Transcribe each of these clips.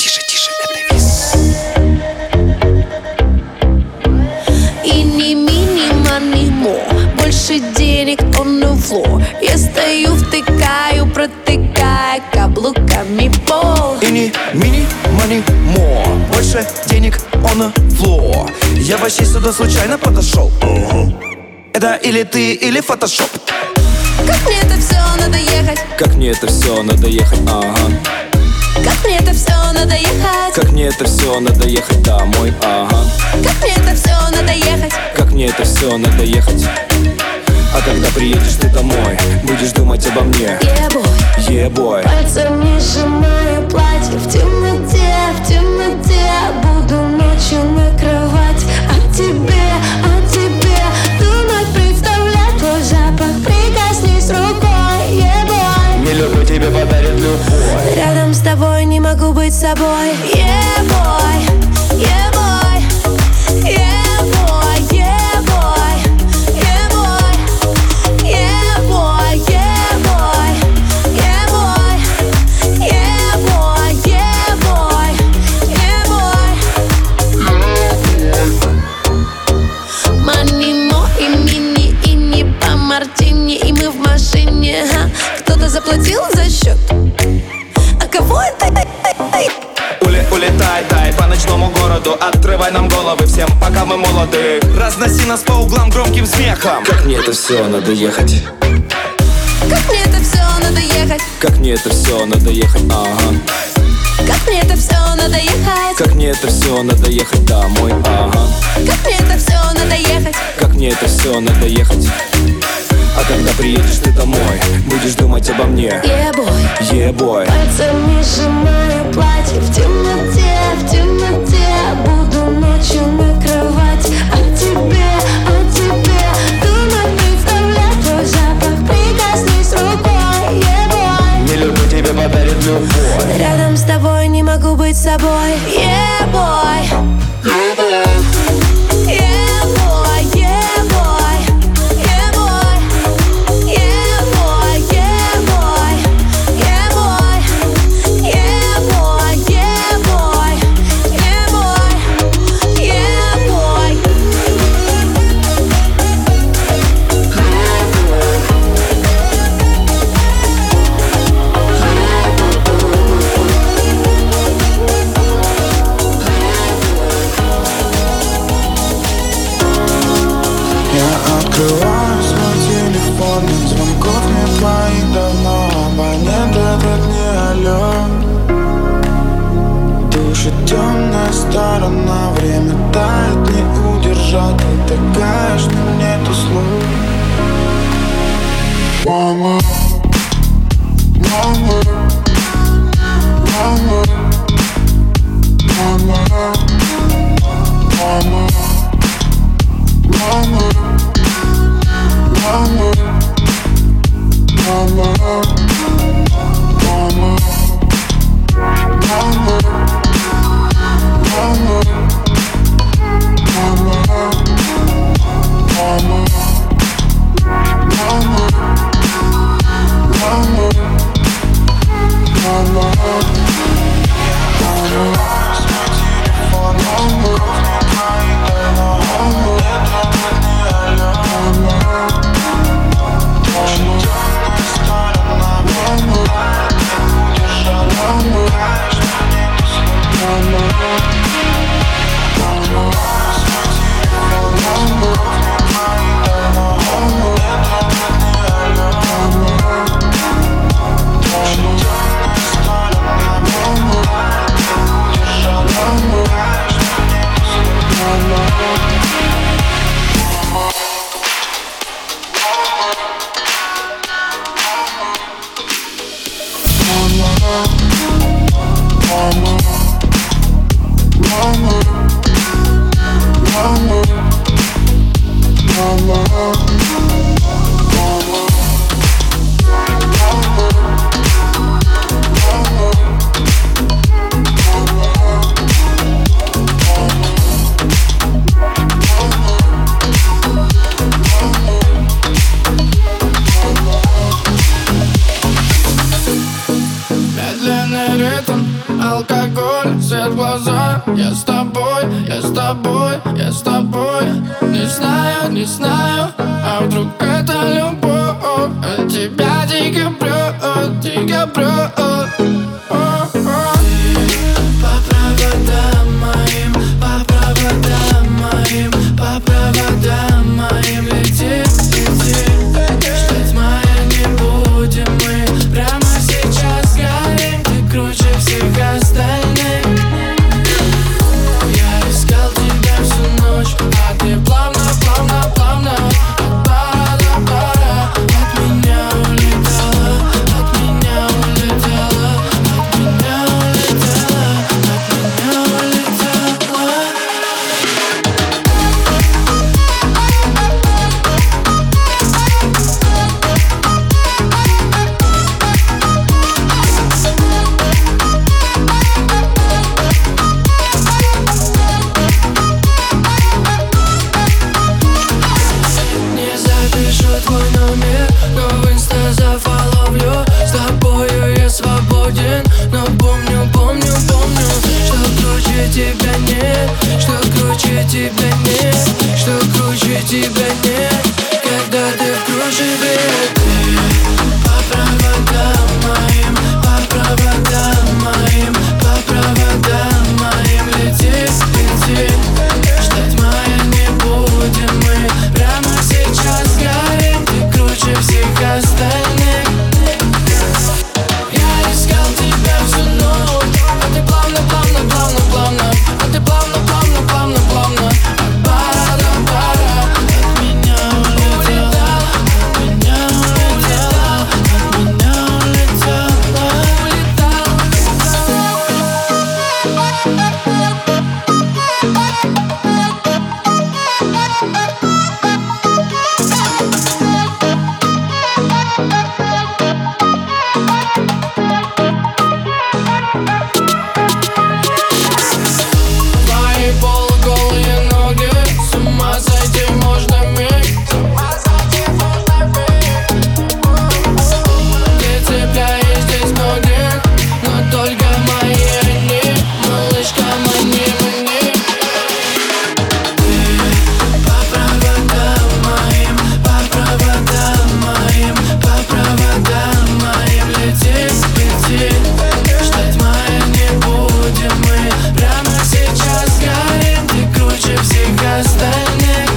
тише, тише, это виз. И не мини, мани, мо. Больше денег on the floor. Я стою, втыкаю, протыкая каблуками пол. И не мини, мани, мо. Больше денег on the floor. Я вообще сюда случайно подошел. Это или ты, или фотошоп. Как мне это все надо ехать? Как мне это все надо ехать, ага. Как мне это все надо ехать? Как мне это все надо ехать домой, ага. Как мне это все надо ехать? Как мне это все надо ехать. А когда приедешь ты домой, будешь думать обо мне. Ебой. Пальцами сжимаю платье в темноте, буду ночью накрывать. А тебе думать, представлять твой запах. Прикоснись рукой, ебой. Не люблю, тебе подарит любовь. Рядом с тобой не могу быть собой. Ебой, ебой, ебой, ебой, ебой, ебой, ебой, ебой, ебой, ебой, ебой. Манимо и мини, и не по мартини, и мы в машине. Кто-то заплатил за счет? А кого это? Улетай, дай по ночному городу. Отрывай нам головы всем, пока мы молоды. Разноси нас по углам громким смехом. Как мне это все надо ехать. Как мне это все надо ехать? Как мне это все надо ехать, ага. Как мне это все надо ехать? Как мне это все надо ехать домой, ага. Как мне это все надо ехать? Как мне это все надо ехать. А когда приедешь ты домой, будешь думать обо мне. Ебой. Пальцами сжимаю платье в темноте, буду ночью накрывать. А тебе думать, представлять твой запах. Прикоснись рукой, ебой. Не люблю, тебе подарит любовь. Рядом с тобой не могу быть собой. Ебой. Открываю свой телефон, нет звонков, нет моих давно. Абонент этот не алло. Душит темная сторона, время тает, не удержать. Ты такая, что нету слов. Мама, мама, мама, мама, мама, mama, mama, mama, mama, mama, mama, mama, mama, mama, mama, сон, алкоголь, свет в глаза. Я с тобой, я с тобой, я с тобой. Не знаю, не знаю, а вдруг это любовь? От тебя дико прет, дико прет. По проводам моим, по проводам моим, по проводам моим лети, лети. Ждать мая не будем мы, прямо сейчас горим. Ты круче всех остальных. Я искал тебя всю ночь, а ты плавно, плавно, плавно от пара до пара от меня улетала, от меня улетала, от меня улетала, от меня улетала. Не запишу твой номер, но в инста зафоловлю. С тобою я свободен, но помню, помню, помню, что круче тебя нет, что круче тебя нет, что круче тебя нет, когда ты в кружеве. Ты по проводам моим, по проводам моим, по проводам моим лети, лети. Ждать мая не будем мы, прямо сейчас горим. Ты круче всех остальных. Я искал тебя всю ночь, а ты плавно, плавно, плавно, плавно, а ты плавно, плавно, плавно, плавно от пара до пара от меня улетала, от меня улетала, от меня улетала, улетала. Твои полуголые ноги, с ума сойти можно миг. Ты цепляешь здесь многих, но только мои они. Малышка, мани, мани. Ты по проводам моим, по проводам моим, по проводам моим лети, лети. Ждать мая не будем мы, прямо сейчас горим. Ты круче всех остальных.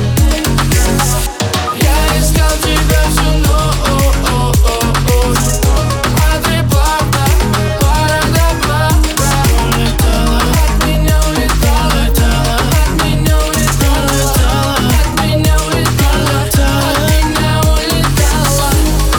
Я искал тебя всю ночь, а ты плавно, пара до пара улетала, от меня улетала, от меня улетала, от меня улетала, от меня улетала.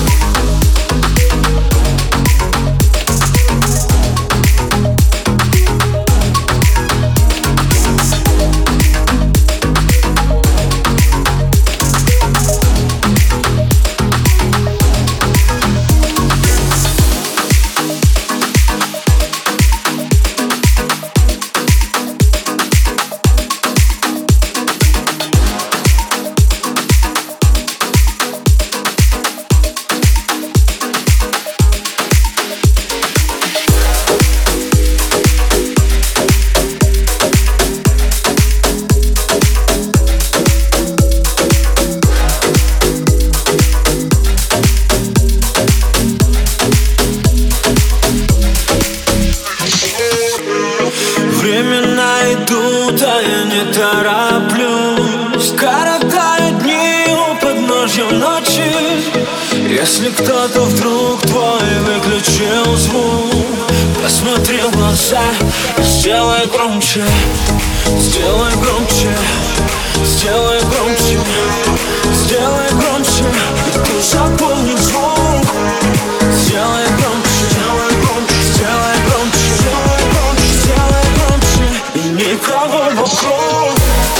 Времена идут, а я не тороплюсь. Коротаю дни у подножья ночи. Если кто-то вдруг твой выключил звук, посмотри в глаза, сделай громче, сделай громче, сделай громче, сделай громче. И пусть заполнит звук. Сделай громче, сделай громче, сделай громче, сделай громче, сделай громче. И никого вокруг.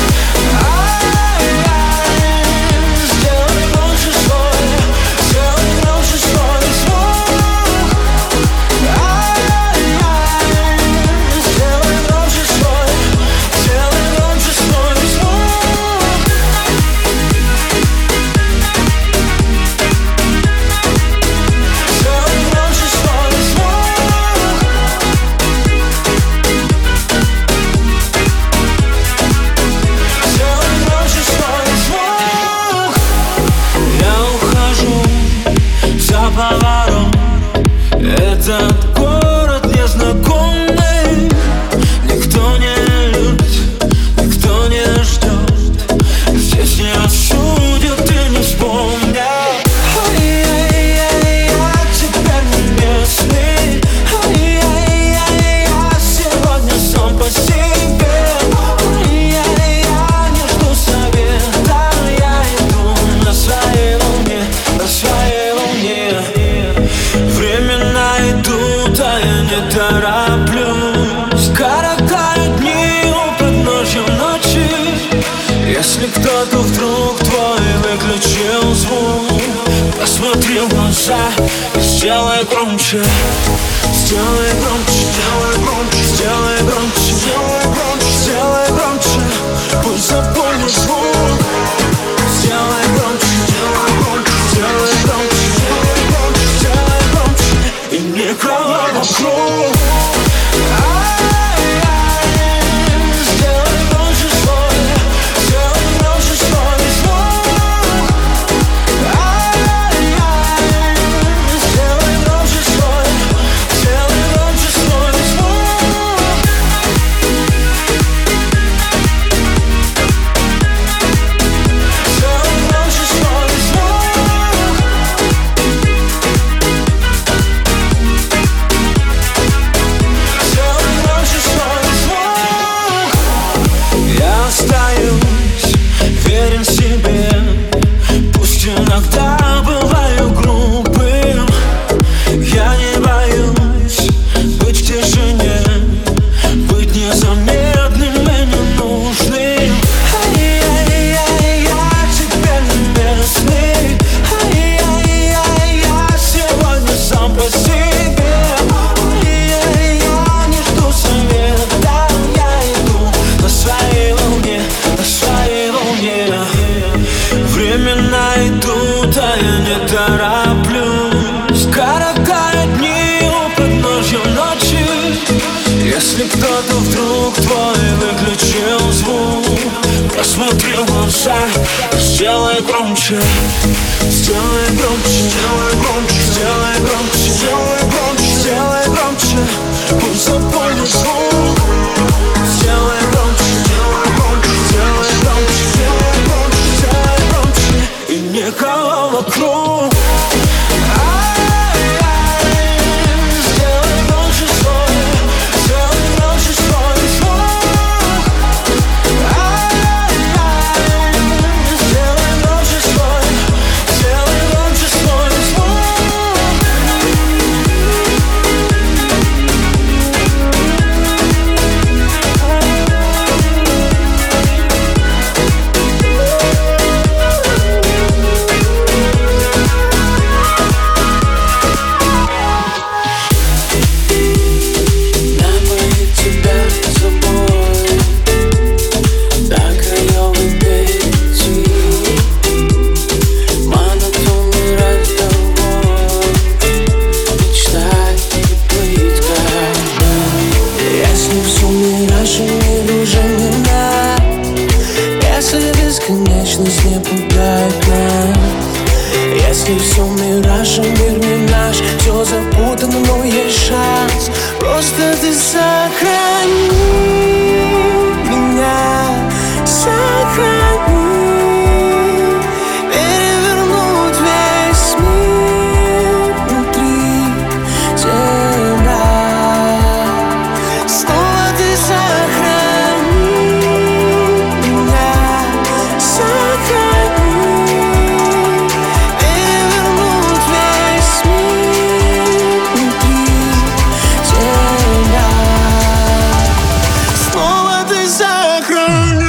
Сделай громче свой звук. Сделай громче свой звук. тороплюсь. Коротаю дни у подножья ночи. Если кто-то вдруг твой выключил звук, посмотри в глаза и сделай громче. Сделай громче, сделай громче, сделай громче, сделай громче, сделай громче. Пусть запомнит звук. Сделай громче, сделай громче, сделай громче, сделай громче, сделай громче. И никого вокруг. Сделай громче свой, сделай громче свой звук. Сделай громче свой, сделай громче свой звук. Сделай громче свой звук. Сделай громче свой звук. Я остаюсь верен себе. Пусть иногда бываю грубым. Я не боюсь быть в тишине, быть незаметным и ненужным. Ай-яй-яй, я тебе не местный. Ай-яй-яй, я сегодня сам по себе. Ай-яй, я не жду совета, я иду на своей волне, на своей волне. Времена идут, а я не тороплюсь. Коротаю дни у подножья ночи. Если кто-то вдруг твой выключил звук, посмотри в глаза, сделай громче. Сделай громче, сделай громче, сделай громче, сделай громче, сделай громче. Пусть запомнит звук. Сделай громче, сделай громче, сделай громче, сделай громче, сделай громче. И никого вокруг. Сделай громче свой, сделай громче свой звук. Сделай громче свой, сделай громче свой звук. Напоить тебя собой до краевой пяти. Монотонный разговор, мечтать и плыть как. Если все мираж и мир уже не наш, если бесконечность не пугает нас, если все мираж и мир не наш, все запутано, но есть шанс. Просто ты сохрани меня, сохрани. Перевернуть весь мир внутри тебя. Снова ты сохрани меня, сохрани. Перевернуть весь мир внутри тебя. Снова ты сохрани.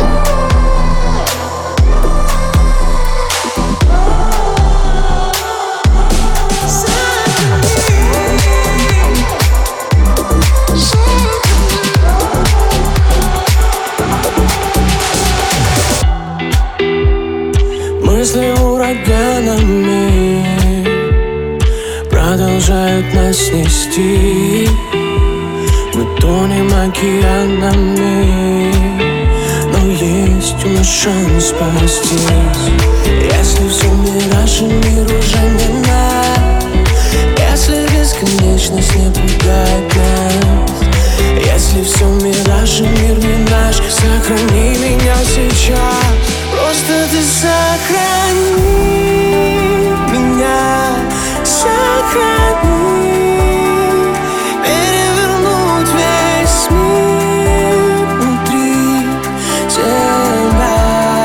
Мысли ураганами продолжают нас нести. Мы тонем океанами, но есть у нас шанс спастись. Если все мираж и мир уже не наш, если бесконечность не пугает нас, если все мираж и мир не наш, сохрани меня сейчас. Просто ты сохрани меня, сохрани. Перевернуть весь мир внутри тебя.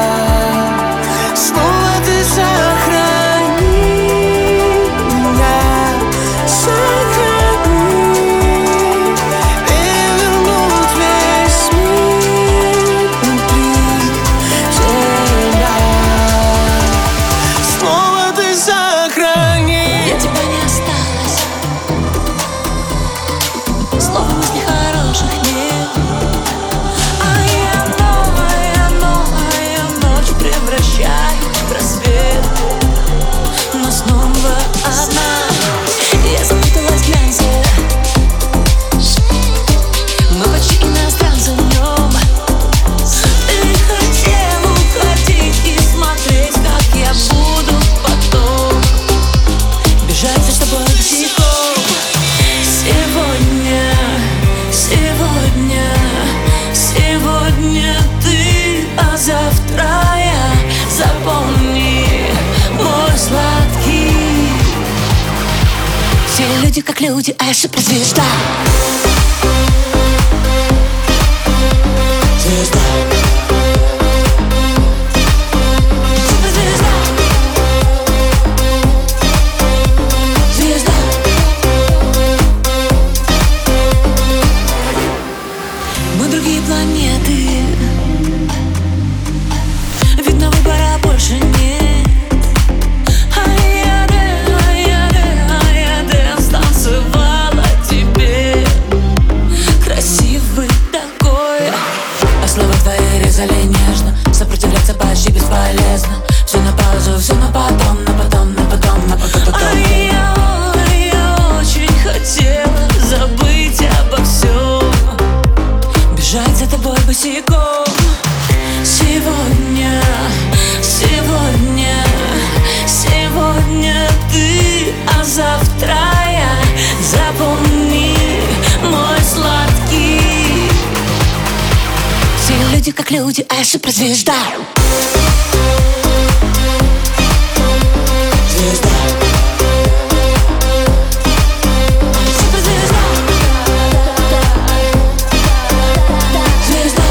Снова ты сохрани меня, сохрани. люди как люди, а я суперзвезда. Звезда. Суперзвезда. Звезда. Мы другие планеты. Видно, выбора больше нет. Станцевала тебе. Красивый такой. А слова твои резали нежно. Сопротивляться почти бесполезно. Все на паузу, все на потом, на потом, на потом, на потом. А я очень хотела забыть обо всем, бежать за тобой босиком. Сегодня, сегодня, сегодня ты, а завтра я. Запомни, мой сладкий. Все люди как люди, а я суперзвезда. Звезда. Суперзвезда. Звезда.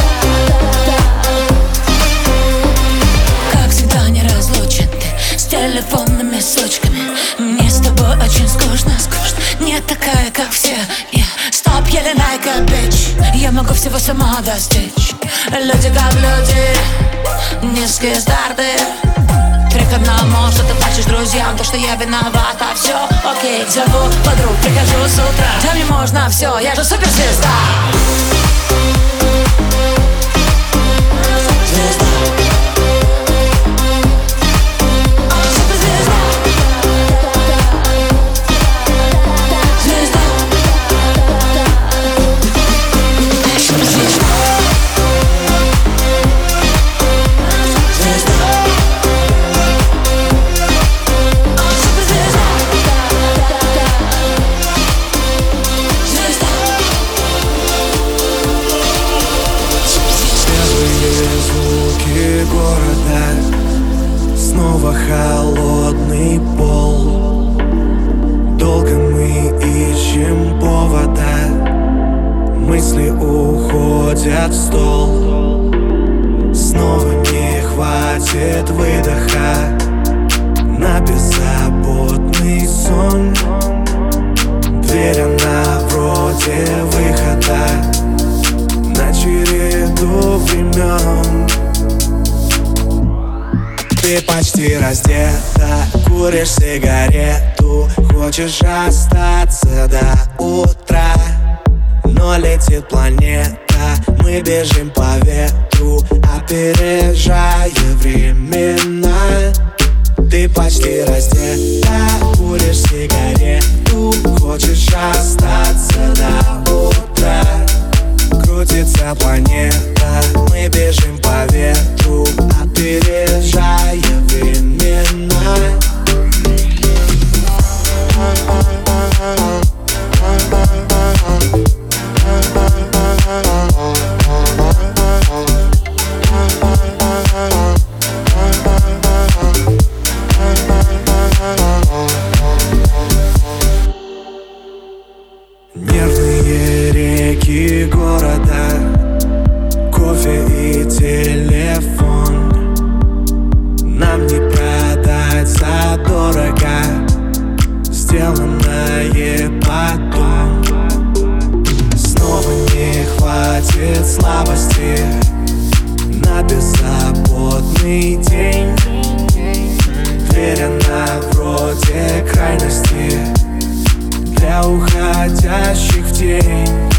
Как всегда неразлучен ты с телефонными сучками. Мне с тобой очень скучно, скучно. Не такая, как все. Стоп, еле like a bitch. Я могу всего сама достичь. Люди как люди, низкие старты. Три к одному, что ты плачешь друзьям, то, что я виновата, все окей. Зову подруг, прихожу с утра. Да мне можно все, я же суперзвезда. Звезда. Суперзвезда. Звезда. Я суперзвезда. Звезда. Суперзвезда. Звезда. Первые звуки города, снова холодный пол. Долго мы ищем повода, мысли уходят в стол. Снова не хватит выдоха на беззаботный сон. Дверь она вроде выхода на череду времен. Ты почти раздета, куришь сигарету, хочешь остаться до утра. Но летит планета, мы бежим по ветру, опережая времена. Ты почти раздета, куришь сигарету, хочешь остаться до утра. Крутится планета, мы бежим по ветру, опережая времена. Нервные реки города, кофе и телефон. Нам не продать задорого сделанное потом. Снова не хватит слабости на беззаботный день. Дверь она вроде крайности для уходящих в тень.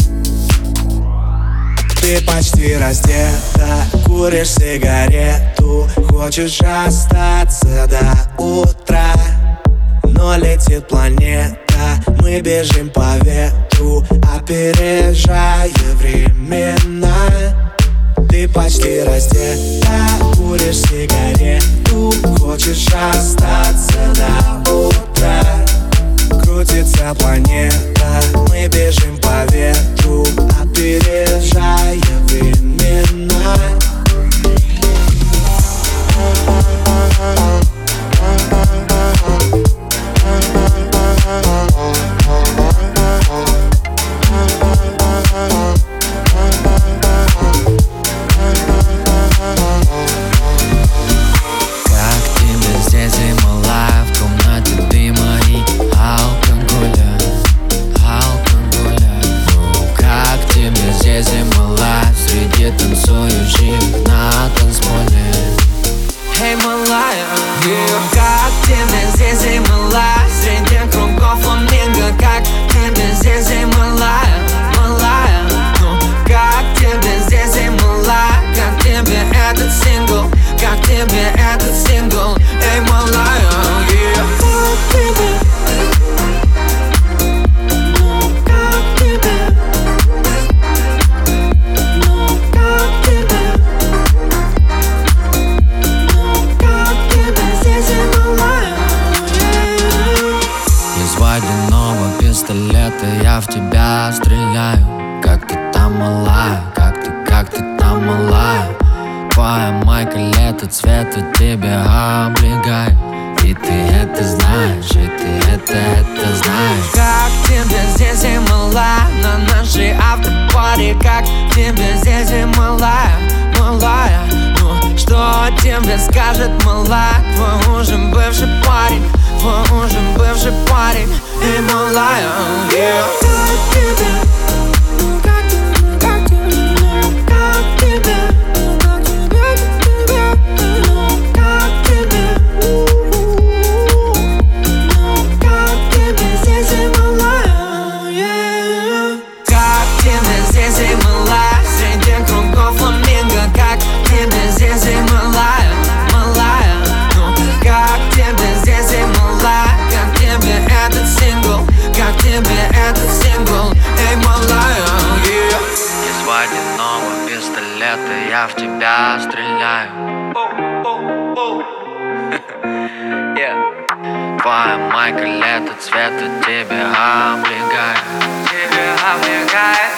Ты почти раздета, куришь сигарету, хочешь остаться до утра. Но летит планета, мы бежим по ветру, опережая времена. Ты почти раздета, куришь сигарету, хочешь остаться до утра. Крутится планета, мы бежим по ветру, опережая времена. танцующих на танцполе. Эй, малая, как тебе здесь, эй, малая? Среди кругов фламинго, как тебе здесь, эй, малая, малая? Ну, как тебе здесь, эй, малая? Как тебе этот сингл? Как тебе этот сингл? Эй, малая, как тебе? Ну, как тебе? Ну, как тебе? Из водяного пистолета я в тебя стреляю. Как ты там, малая, как ты там, малая? Твоя майка лето цвета тебя облегает. И ты это знаешь, и ты это знаешь. Как тебе здесь, эй, малая? На нашей автопаре. Как тебе здесь, эй, малая, малая? Ну, что тебе скажет, малая? Твой уже бывший парень, твой уже бывший парень. Эй, малая, как тебе? Ну, как тебе? Как тебе? Ну, как тебе? Ну, как тебе? Ну, как тебе? Я в тебя стреляю. Твоя майка лето цвета тебя облегает. Тебя облегает.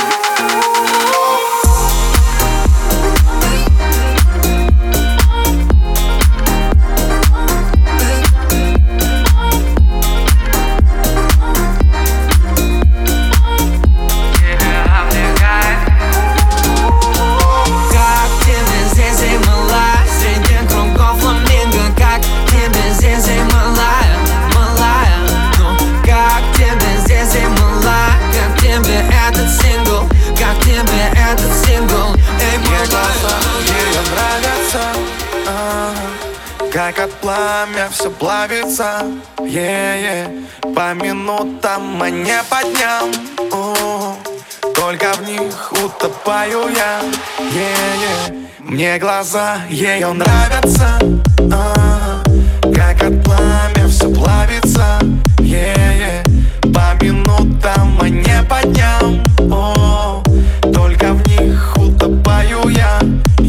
Как от пламя все плавится, по минутам, а не по дням. Только в них утопаю я, Мне глаза ее нравятся, как от пламя все плавится, по минутам, а не по дням. Только в них утопаю я,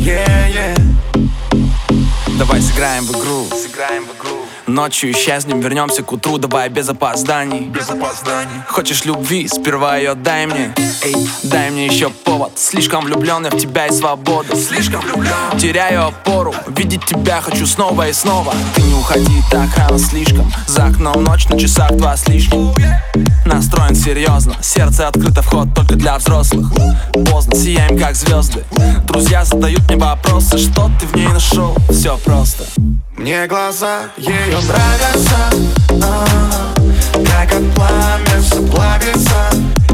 Давай сыграем в игру. Ночью исчезнем, вернемся к утру. Давай без опозданий. Хочешь любви, сперва ее дай мне. Эй, дай мне еще повод. Слишком влюблен я в тебя и свободу. Теряю опору, видеть тебя хочу снова и снова. Ты не уходи так рано слишком. За окном ночь, на часах 2 с лишним. Настроен серьезно, сердце открыто, вход только для взрослых. Поздно, сияем как звезды. Друзья задают мне вопросы, что ты в ней нашел? Все просто. Мне глаза ее нравятся, как от пламя все плавится,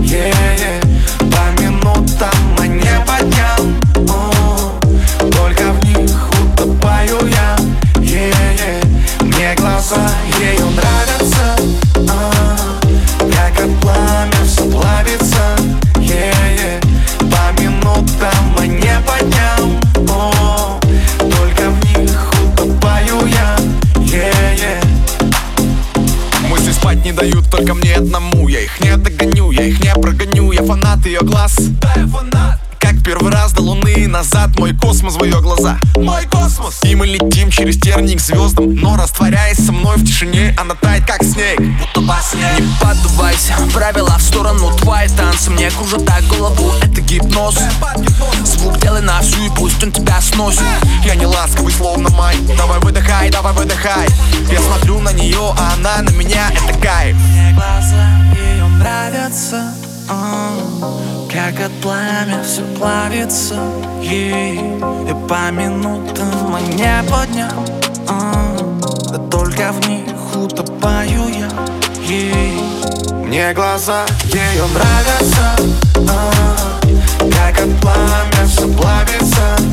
по минутам, а не по дням. Только в них утопаю я, Мне глаза ее нравятся, как от пламя все плавится, по минутам, а не по дням. Только в них утопаю я, Мысли спать не дают только мне одному. Я их не догоню, я их не прогоню. Я фанат ее глаз, как первый раз до луны назад. Мой космос в ее глаза, мой космос. И мы летим через терник к звездам, но растворяясь со мной в тишине, она тает как снег, будто во сне. Не поддувайся, правила в сторону. Твои танцы мне кружат так голову. Это гипноз. Звук делай на всю и пусть он тебя сносит. Я не ласковый, словно май. Давай выдыхай, давай выдыхай. Я смотрю на нее, а она на меня. Это кайф. Мне глаза ее нравятся, как от пламя все плавится, и по минутам, а не по дням. Да только в них утопаю я, Мне глаза ее нравятся, как от пламя все плавится,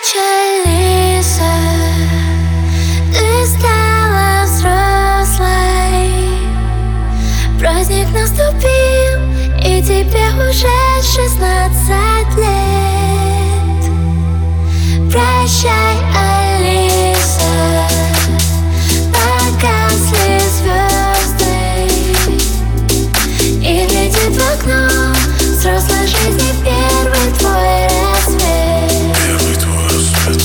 плачь, Алиса, ты стала взрослой. Праздник наступил, и тебе уже 16 лет. Прощай, Алиса, погасли звезды, и глядит в окно взрослой жизни первый твой рассвет. Первый твой рассвет,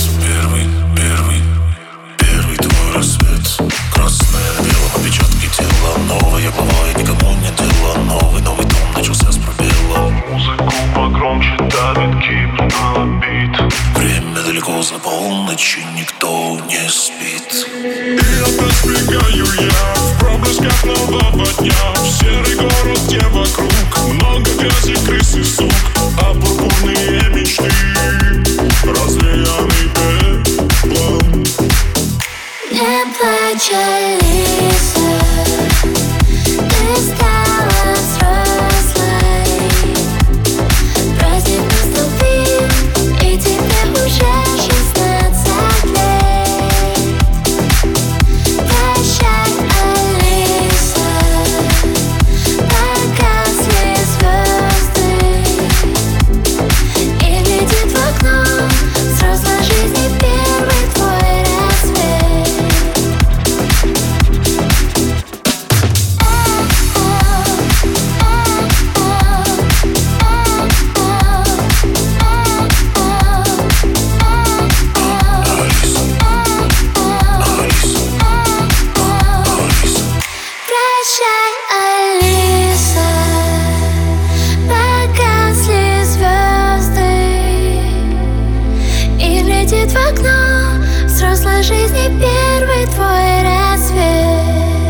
первый твой рассвет. Красное на белом, отпечатки тела. Новое, плавое, никому не дело. Новый дом начался с пробела. Музыку погромче давит кипр на бит. Время далеко за полночь, и никто не спит. И опять сбегаю я в проблесках нового дня. В серый город, где вокруг много грязи, крыс и сук, а пурпурные мечты развеяны пеплом. Не плачь, Алиса, ты стала взрослой. Праздник наступил, и тебе уже 16 лет. Прощай, Алиса, погасли звезды, и глядит в окно взрослой жизни первый твой рассвет. Прощай, Алиса, погасли звезды, и глядит в окно взрослой жизни первый твой рассвет.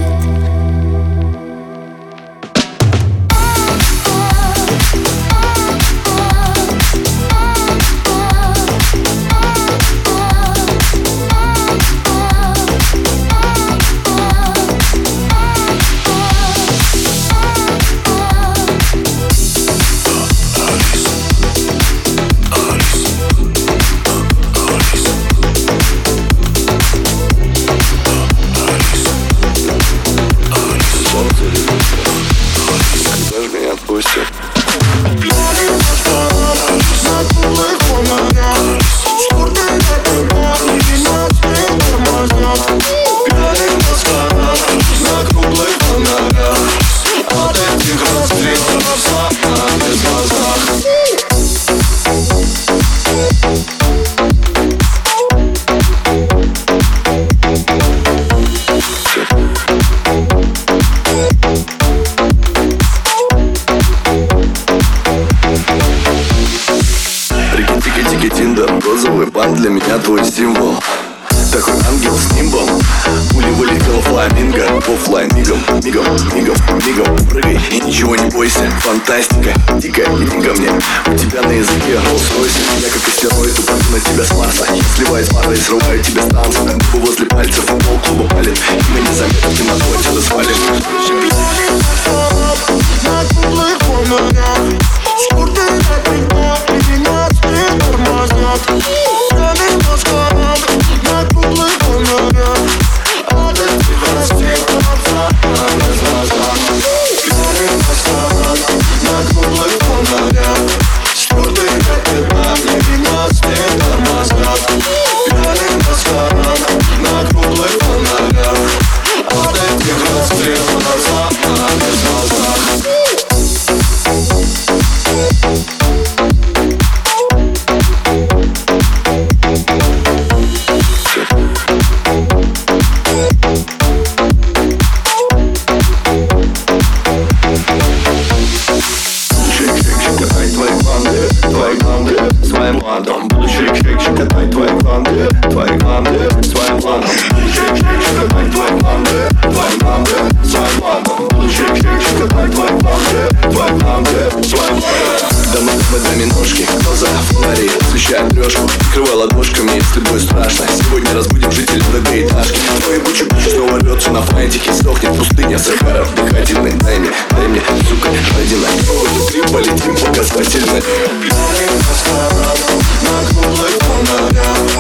Розовый бант для меня твой символ. Такой ангел с нимбом. Пули вылетел фламинго. Оффлайн, мигом прыгай и ничего не бойся. Фантастика, дикая, иди ко мне. У тебя на языке Rolls-Royce. Я как астероид упаду на тебя с Марса. Сливаюсь парой, срываю тебе станцию. Губы возле пальцев, футбол клуба палит. И мы незаметно в темноту отсюда свалим. На круглых фонарях скорты на пинках, и меня спит тормозят. Пьяный маскарад на круглых фонарях, а ты тихо стекаться без глаза. Пьяный маскарад на круглых фонарях, скорты на пинках, и меня спит тормозят. Пьяный маскарад на круглых фонарях, а ты тихо стекаться без глаза. Своим ладом буду шейк-шейк щекотать твои гланды, своим ладом. Шейк-шейк щекотать твои гланды, своим ладом. Буду шейк-шейк щекотать твои гланды, своим ладом. Давно мы доминошки, глаза фонари освещают трешку. Открывай ладошками, если будет страшно. Сегодня разбудим жителей многоэтажки. Твой бучи снова рвется на фантике. Сдохнет пустыня Сахара, дыхательный. Дай мне, сука, жадина. Внутри полетим показательно. Пьяный маскарад на круглых фонарях,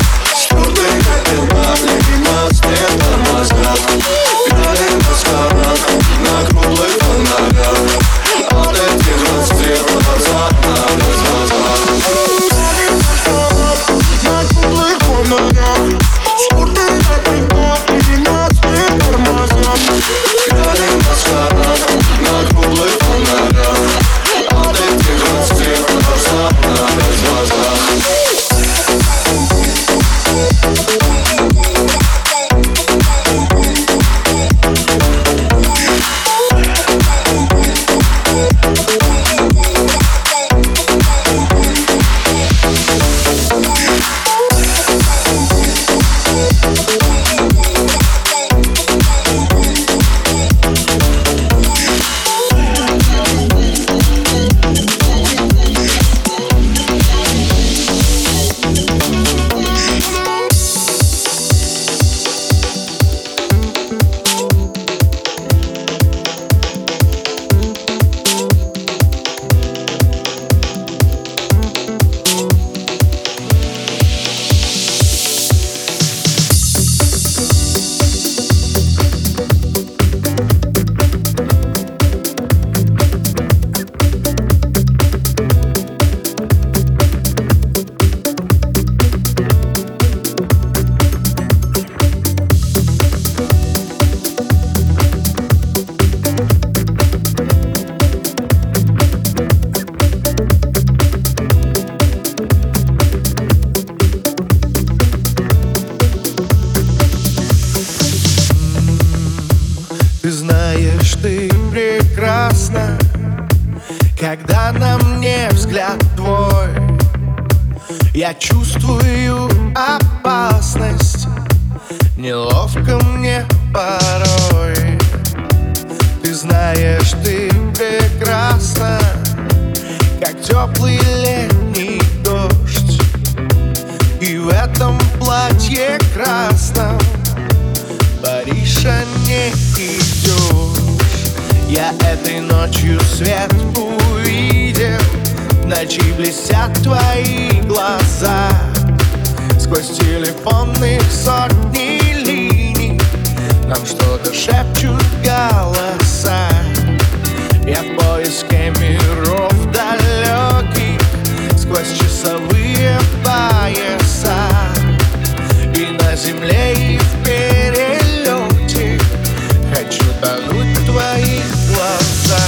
когда на мне взгляд твой, я чувствую опасность. Неловко мне порой. Ты знаешь, ты прекрасна, как теплый летний дождь. И в этом платье красном в Париж не идешь. Я этой ночью свет увидел, в ночи блестят твои глаза. Сквозь телефонных сотни линий нам что-то шепчут голоса. Я в поиске миров далеких, сквозь часовые пояса. И на земле, и в перелете хочу тонуть в твоих глазах.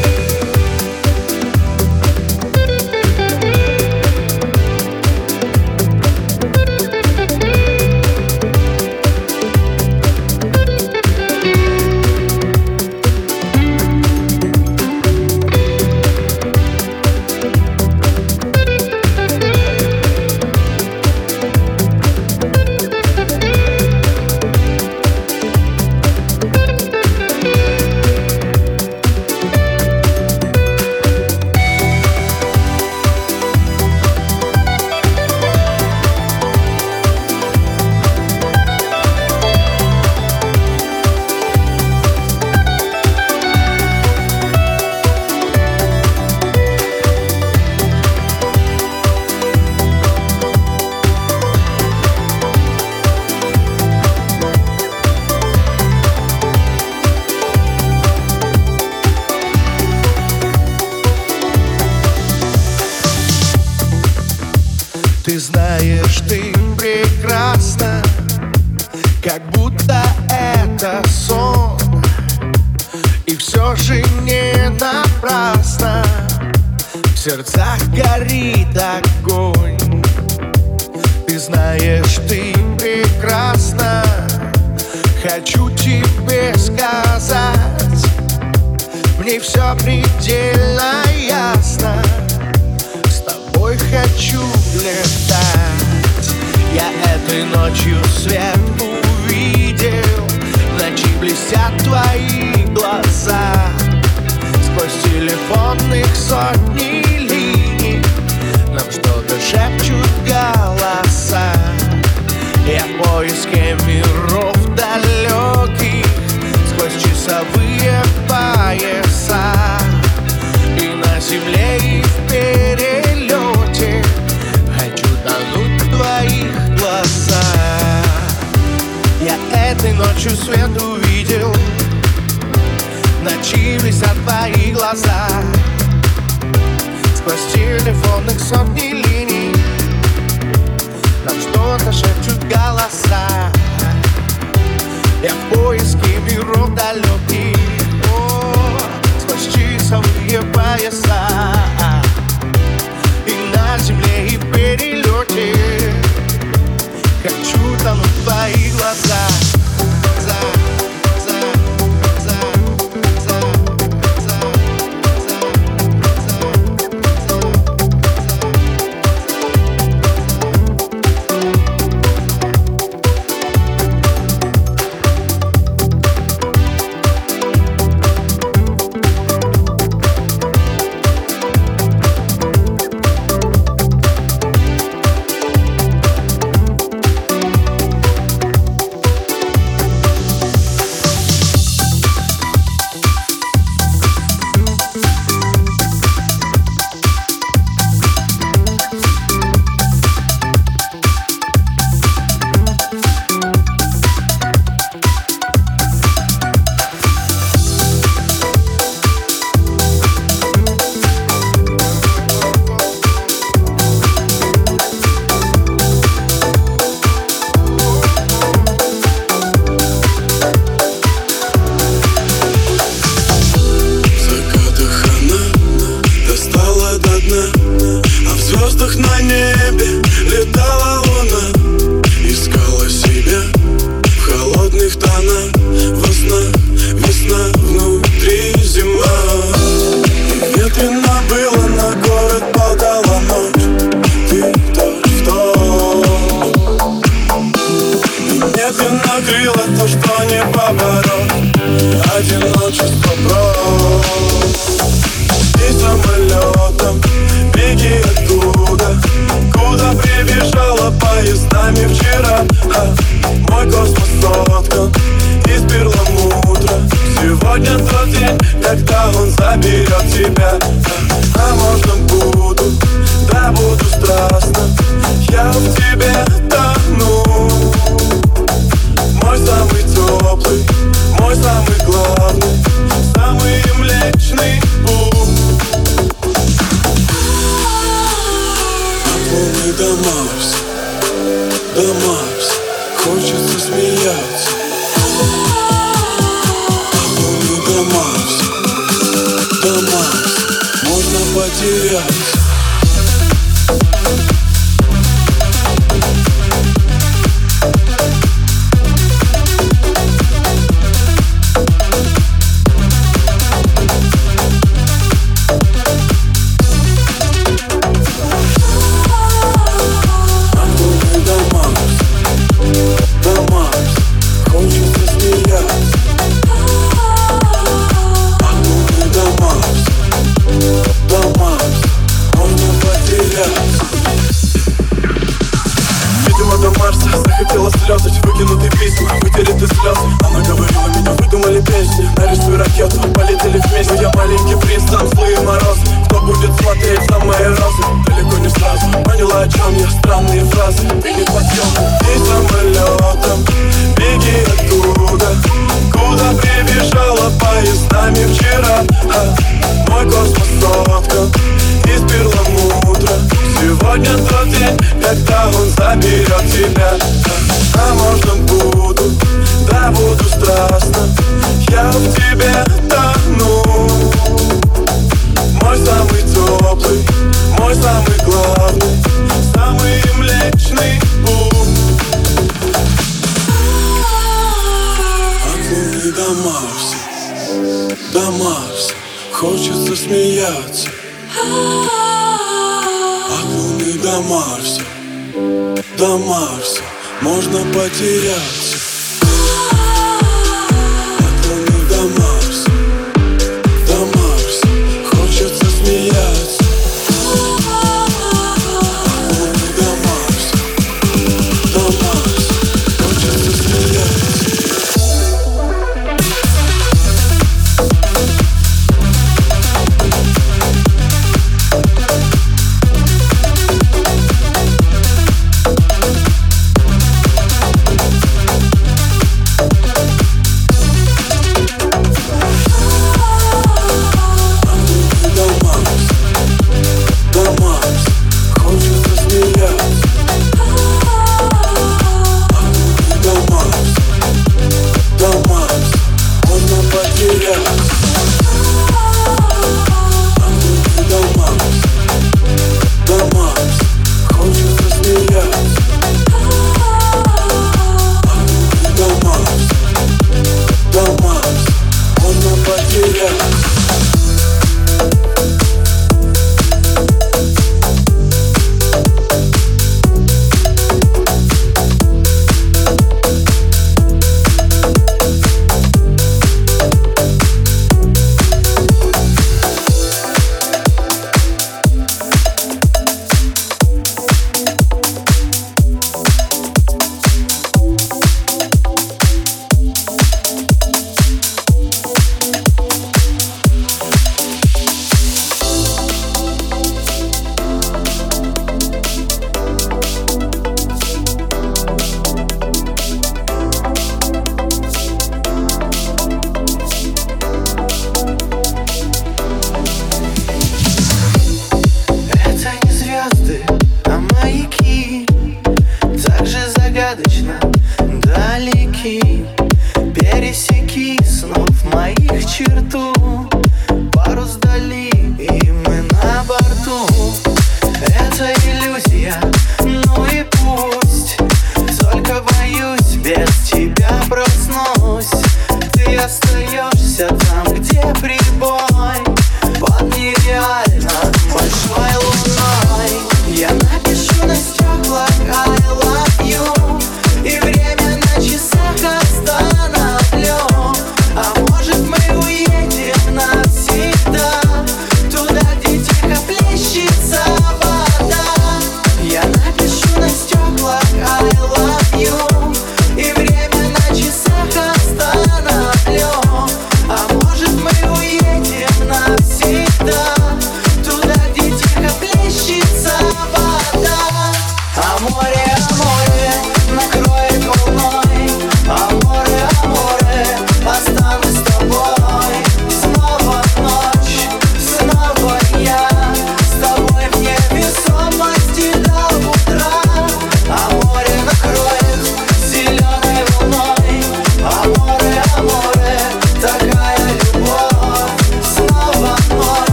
Ты знаешь, ты прекрасна, как будто это сон. И все же не напрасно в сердцах горит огонь. Ты знаешь, ты прекрасна, хочу тебе сказать, мне все предельно ясно. С тобой хочу летать. Я этой ночью свет увидел, в ночи блестят твои глаза. Сквозь телефонных сотни линий нам что-то шепчут голоса. Я в поиске миров далеких, сквозь часовые пояса. И на земле, и в перелете хочу тонуть в твоих глазах. Я этой ночью свет увидел, в ночи блестят твои глаза. Сквозь телефонных сотни линий нам что-то шепчут голоса. Я в поиске миров далеких, сквозь часовые пояса. И на земле, и в перелете хочу тонуть в твоих глазах. Весна, внутри зима. И ветрено до Марса, до Марса. Хочется смеяться. От Луны до Марса, до Марса. Можно потеряться. Захотела слезы, выкинутые письма, вытереть слезы. Она говорила, меня выдумали песни. Нарисуй ракету, полетели вместе. Я маленький принц, там злые морозы. Кто будет смотреть на мои розы? Далеко не сразу поняла, о чем я. Странные фразы, беги подъемом и самолетом. Беги оттуда, куда прибежала поездами вчера. Мой космос соткан из перламутра. Сегодня тот день, когда он заберет тебя. А можно буду, да буду страстно. Я в тебе тону. Мой самый теплый, мой самый главный, самый млечный путь. От Луны до Марса, до Марса. Хочется смеяться. От Луны до Марса, до Марса. Можно потеряться. От Луны до Марса, до Марса. Хочется смеяться. От Луны до Марса, до Марса. Хочется смеяться. Пересеки снов моих черту. Парус вдали, и мы на борту. Это иллюзия, ну и пусть. Только боюсь, без тебя проснусь. Ты остаешься там, где прибой, под нереально большой луной. Я напишу на стеклах I love you, и время на часах остановлю. А может мы уедем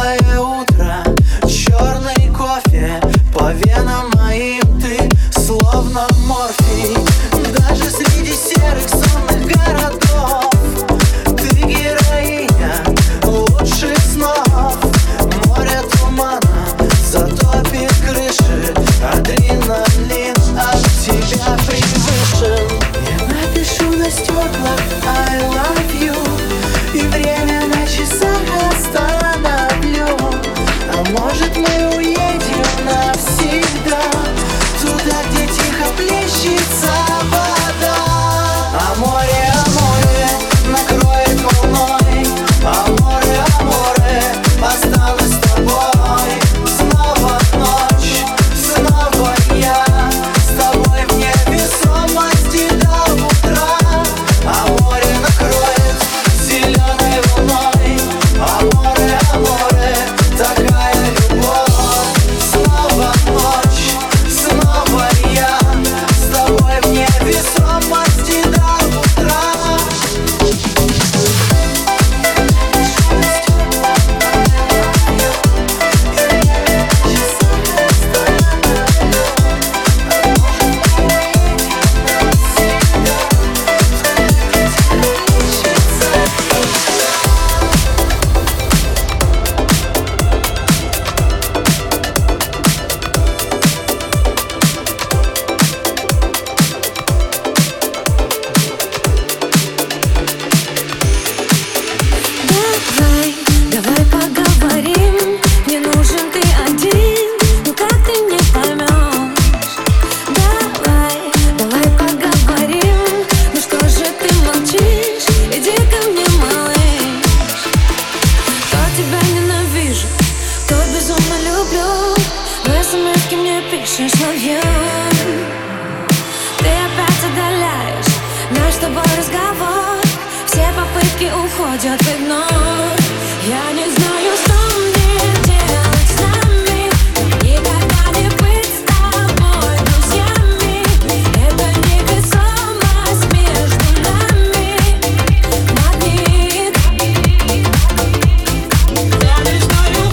теплое утро, черный кофе по венам моим. Ты словно морфий, даже среди серых сонных городов. Ты героиня лучших снов. Море тумана затопит крыши, адреналин от тебя превышен. Я напишу на стеклах I love you, и время на часах остановлю. А может мы уедем навсегда, туда, где тихо плещется вода. А море накроет волной. А море, останусь с тобой. Снова ночь, снова я с тобой в невесомости до утра. А море накроет зеленой волной. А море, такая любовь. Снова ночь, снова я с тобой в невесомости до утра. Давай поговорим, не нужен ты один, ну как ты не поймешь. Давай поговорим, ну что же ты молчишь, иди ко мне, малыш. То тебя ненавижу, то безумно люблю, в смс-ке мне пишешь love you. Ты опять отдаляешь наш с тобой разговор, все попытки уходят в игнор. Я не знаю, что мне делать с нами, никогда не быть с тобой друзьями. Это невесомость между нами, магнит. Я не знаю.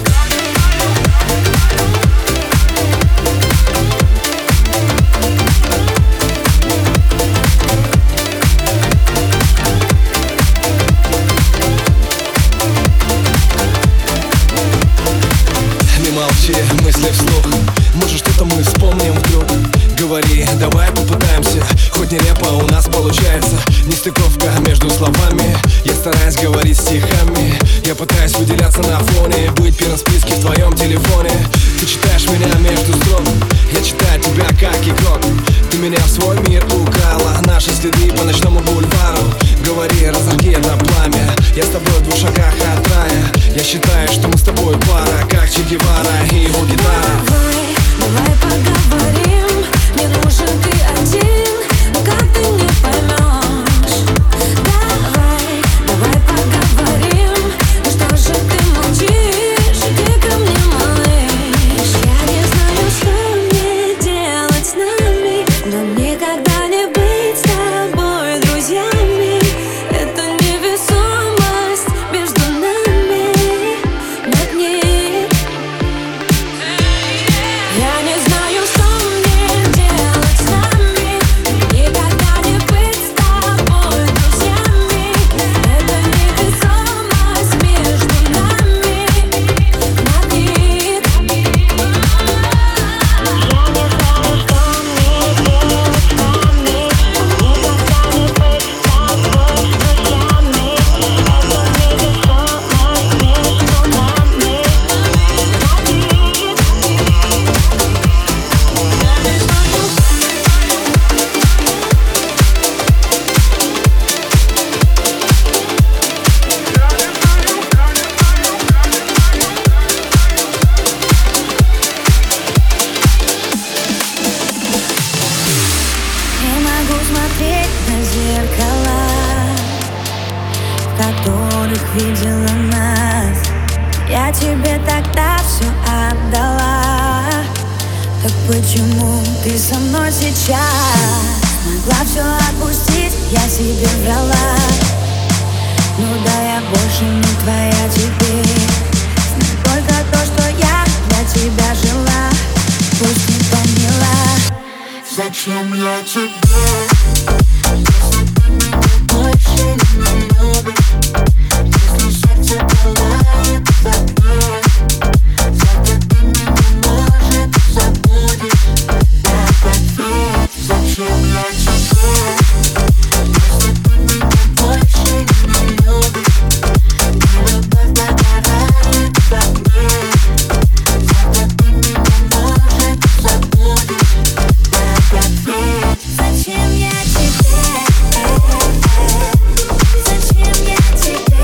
Молчи, мысли вслух, может что-то мы вспомним вдруг. Говори, давай попытаемся, хоть нелепо у нас получается. Нестыковка между словами, я стараюсь говорить стихами. Я пытаюсь выделяться на фоне, быть первым в списке в твоем телефоне. Ты читаешь меня между строк, я читаю тебя как игрок. Ты меня в свой мир украла, наши следы по ночному бульвару. Говори, разожги это пламя, я с тобой в 2 шагах от рая. Я считаю, что мы с тобой пара, как Че Гевара и его гитара. Давай поговорим, не нужен ты один, но как ты не поймешь. Давай поговорим, ну что же ты молчишь, иди ко мне, малыш. Я не знаю, что мне делать с нами, нам никогда не быть с тобой друзьями. Это невесомость между нами, магнит. Я не знаю, что мне делать с нами, никогда не быть с тобой друзьями. Это невесомость между нами, магнит. Я не знаю, что мне делать с нами, никогда не быть с тобой друзьями. Это невесомость между нами, не могу смотреть на зеркала, в которых видела нас. Я тебе тогда все отдала, так почему ты со мной сейчас? Могла все отпустить, я себе врала. Ну да, я больше не твоя теперь. Сколько Зачем я тебе, если ты меня больше не любишь? Если сердце пылает в огне, завтра ты меня, может, забудешь. Я ответ, зачем я тебе, если ты меня больше не любишь? И любовь догорает в огне, завтра ты меня, может, забудешь. Зачем я тебе? Зачем я тебе?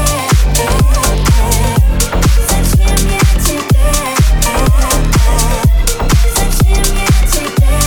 Зачем я тебе? Зачем я тебе?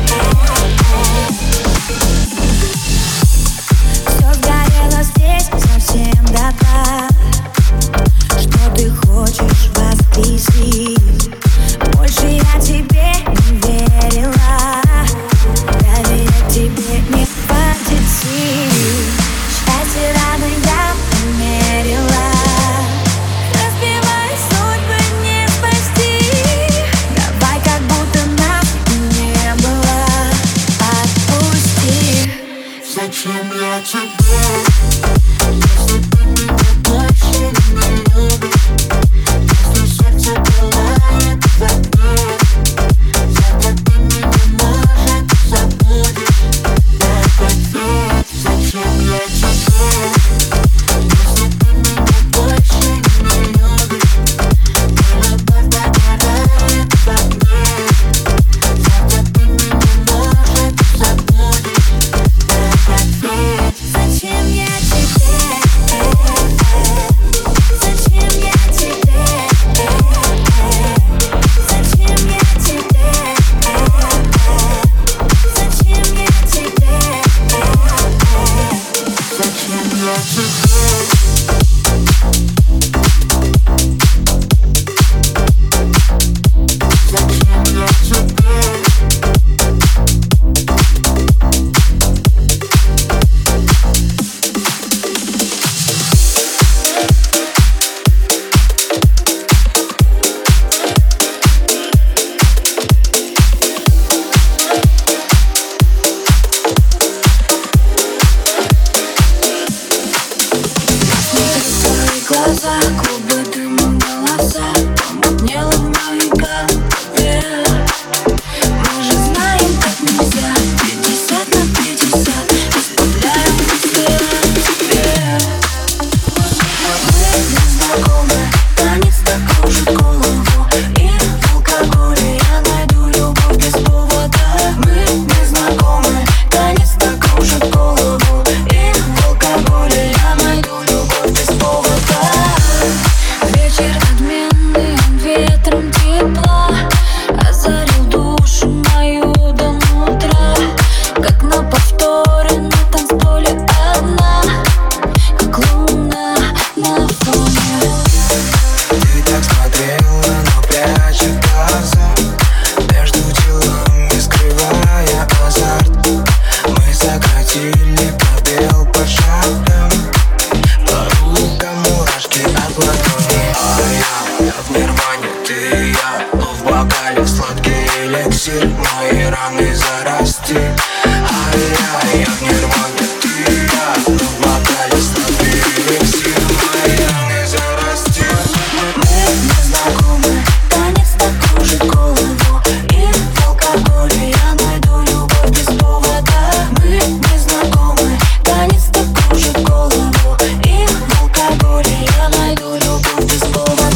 Все сгорело здесь совсем дотла. Что ты хочешь воскресить? Больше я тебе не верила. Доверять тебе не хватит сил. Счастье рано я померила. Разбивая судьбы не спасти. Давай, как будто нас не было. Отпусти. Зачем я тебе, если ты меня больше не любишь? Если сердце пылает в огне, завтра ты меня, может, забудешь. Я ответ, зачем я тебе, если ты меня больше не любишь? И любовь догорает в огне, завтра ты меня, может, забудешь. Я ответ, зачем я тебе, зачем я тебе, зачем я тебе, зачем я тебе, зачем я тебе? Глаза, клубы дыма, голоса, помутнело в моей голове. Мы же знаем, как нельзя. 50 на 50 исправляем тебе. Мы незнакомы, танец так кружит голову. И в алкоголе я найду любовь без повода. Мы незнакомы, танец так кружит голову. И в алкоголе я найду любовь без повода. Вечер отменный, он ветром тепла озарил душу мою до нутра. Как на повторе на танцполе одна, как луна на фоне. Ты так смотрела, но пряча глаза, между делами скрывая азарт. Мы сократили пробел под шагом, по рукам мурашки от ладони. А я в нирване, ты и я, но в бокале сладкий эликсир мои раны зарасти. А я в нирване, ты и я, но в бокале сладкий эликсир мои раны зарасти. Мы незнакомы, танец так кружит голову. И в алкоголе я найду любовь без повода. Мы незнакомы, танец так кружит голову. И в алкоголе я найду любовь без повода.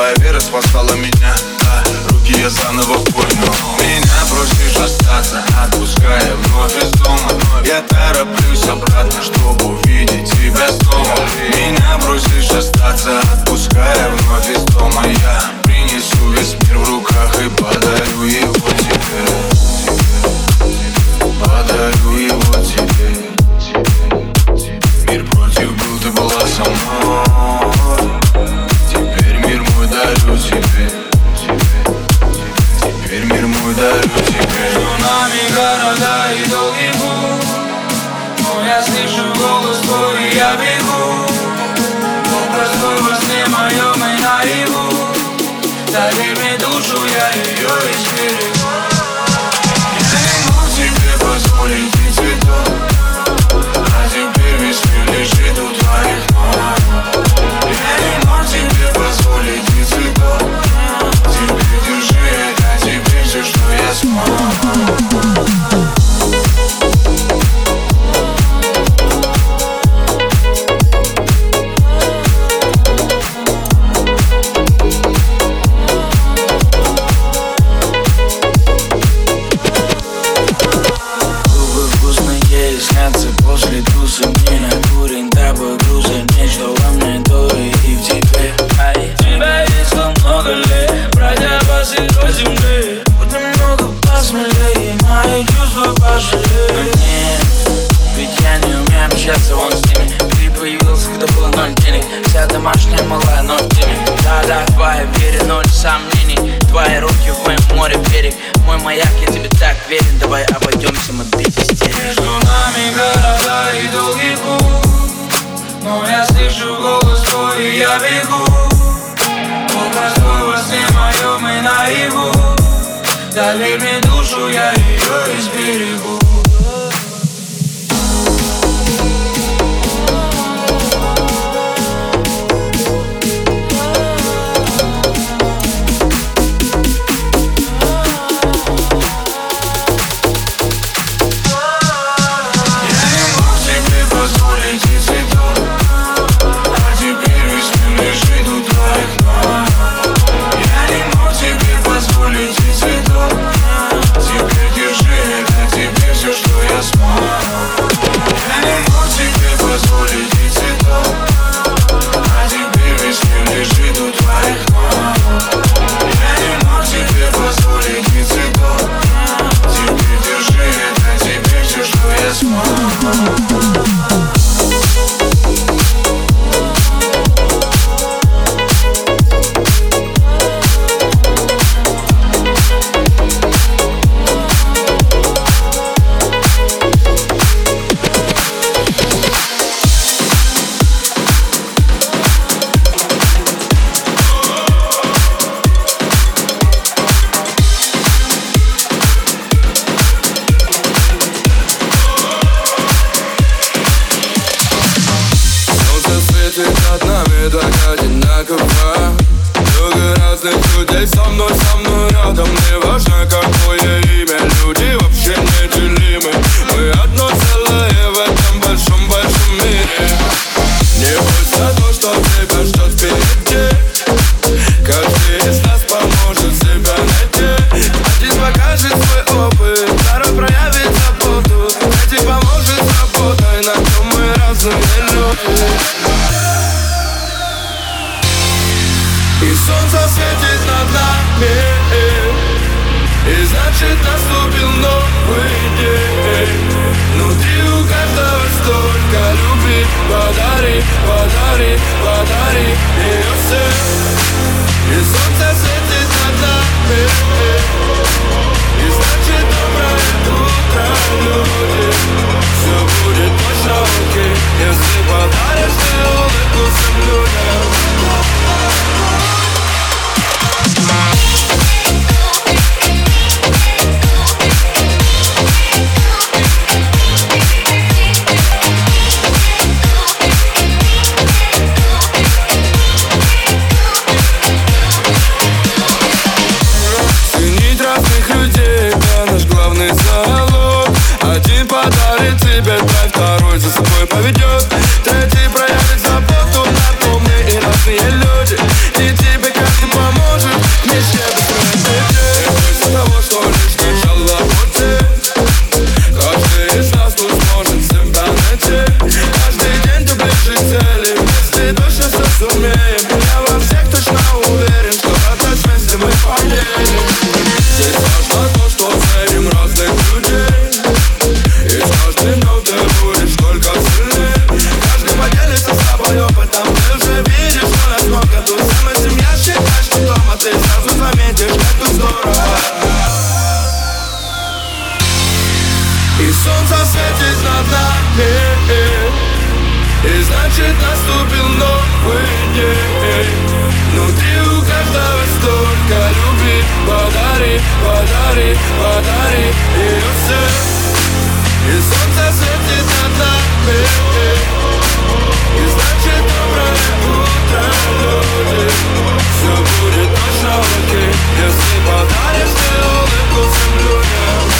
твоя вера спасала меня, да, руки я заново поднял. Меня просишь остаться, отпуская вновь из дома. Я тороплюсь обратно, чтобы увидеть тебя снова. Меня просишь остаться, отпуская вновь из дома. Я принесу весь мир в руках и подарю его тебе. Подарю его тебе. Мир против был, ты была со мной. Теперь мир мой дарю тебе. Теперь мир мой дарю тебе. Между нами города и долгий путь, но я слышу голос твой и я бегу. Образ твой во сне моем и наяву. Доверь мне душу, я ее изберегу. Я не мог тебе позволить и цветов, а теперь весь мир лежит у твоих ног. Я не мог тебе позволить и цветов, теперь держи это, теперь все, что я смог. После тусы мне накурен тобой грузы. Нечто во мне то и в тебе. Тебя есть много лет, пройдя по сырой земле. Будь немного посмелее, мои чувства пожалей. Нет, ведь я не умею общаться вон с ними. Ты появился, когда было 0 денег. Вся домашняя малая, но в теме. Да-да, твоя вера, 0 сомнений. Твои руки в моем море берег. Мой маяк, я тебе так верен. Давай обойдемся мы без истерик. Между нами города и долгий путь, но я слышу голос твой и я бегу. Образ твой во сне моем и наяву. Доверь мне душу, я ее изберегу. Над нами так одинаково. Много разных людей со мной рядом. Не важно, какое имя, люди вообще неделимы. Мы одно целое в этом большом-большом мире. Не бойся то, что тебя ждет впереди. Каждый из нас поможет себя найти. Один покажет свой опыт, второй проявит заботу. Третий поможет с работой, на чем мы разные люди. И солнце светит над нами, и значит наступил новый день. Внутри у каждого столько любви. Подари, подари, подари ее всем. И солнце светит над нами, и значит доброе утро, люди. Все будет точно окей, если подаришь ты улыбку всем людям. И солнце светит над нами, и значит наступил новый день. Внутри у каждого столько любви. Подари, подари, подари ее всем. И солнце светит над нами, и значит доброе утро, люди. Все будет точно окей, если подаришь ты улыбку всем людям.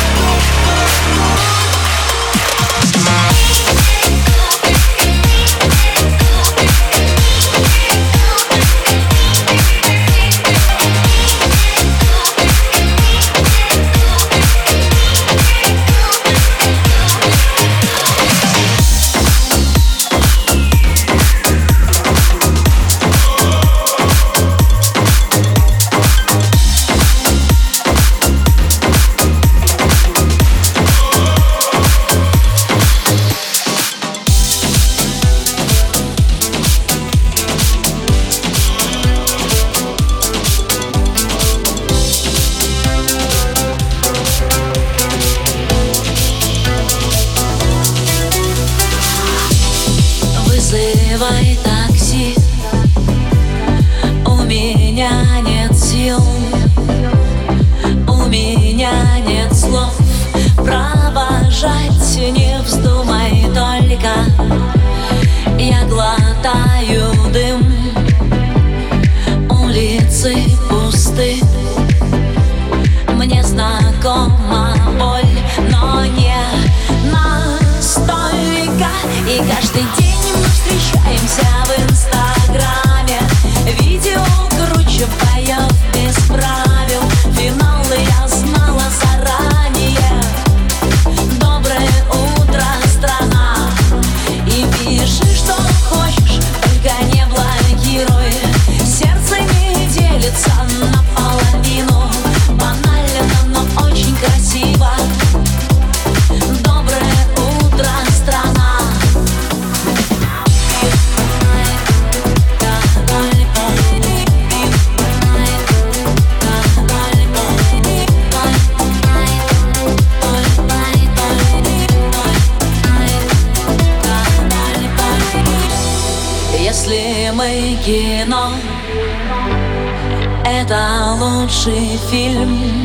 Вызывай такси, у меня нет сил, у меня нет слов. Провожать не вздумай только, я глотаю дым. Улицы пусты, мне знакома боль, но не настолько. И каждый день мы встречаемся в инстаграме. Видео круче боев без правил. Финалы я знала заранее. Доброе утро, страна. И пиши, что хочешь, только не блокируй. Сердце не делится наполовину. Банально, но очень красиво. Доброе утро, страна. Если мы кино, это лучший фильм.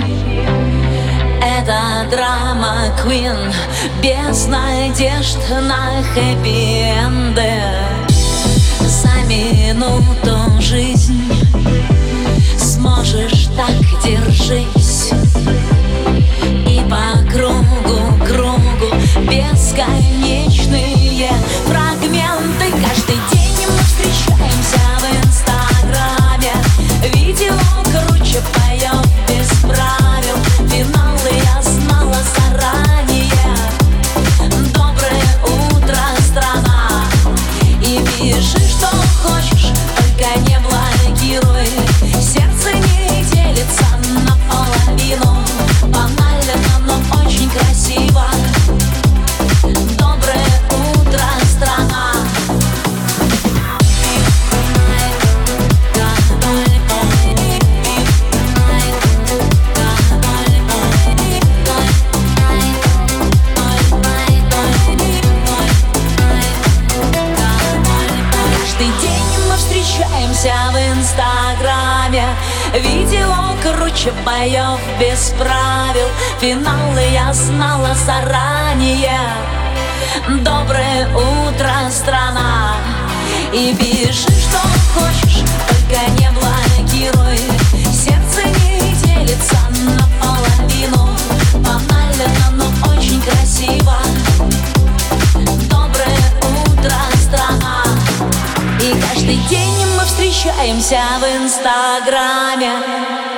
Это драма Queen, без надежд на хэппи-энды. За минуту жизнь сможешь, так держись. И по кругу, кругу бесконечные фрагменты. Каждый день мы встречаемся в инстаграме. Видео круче поев без правил. Финалы я знала заранее. Доброе утро, страна. И пиши, что хочешь, только не блокируй. Сердце не делится наполовину. Банально, но очень красиво. Доброе утро, страна. Каждый день мы встречаемся в инстаграме. Видео круче боев без правил. Финалы я знала заранее. Доброе утро, страна. И пиши, что хочешь, только не блокируй. Сердце не делится наполовину. Банально, но очень красиво. Доброе утро, страна. И каждый день мы встречаемся в инстаграме.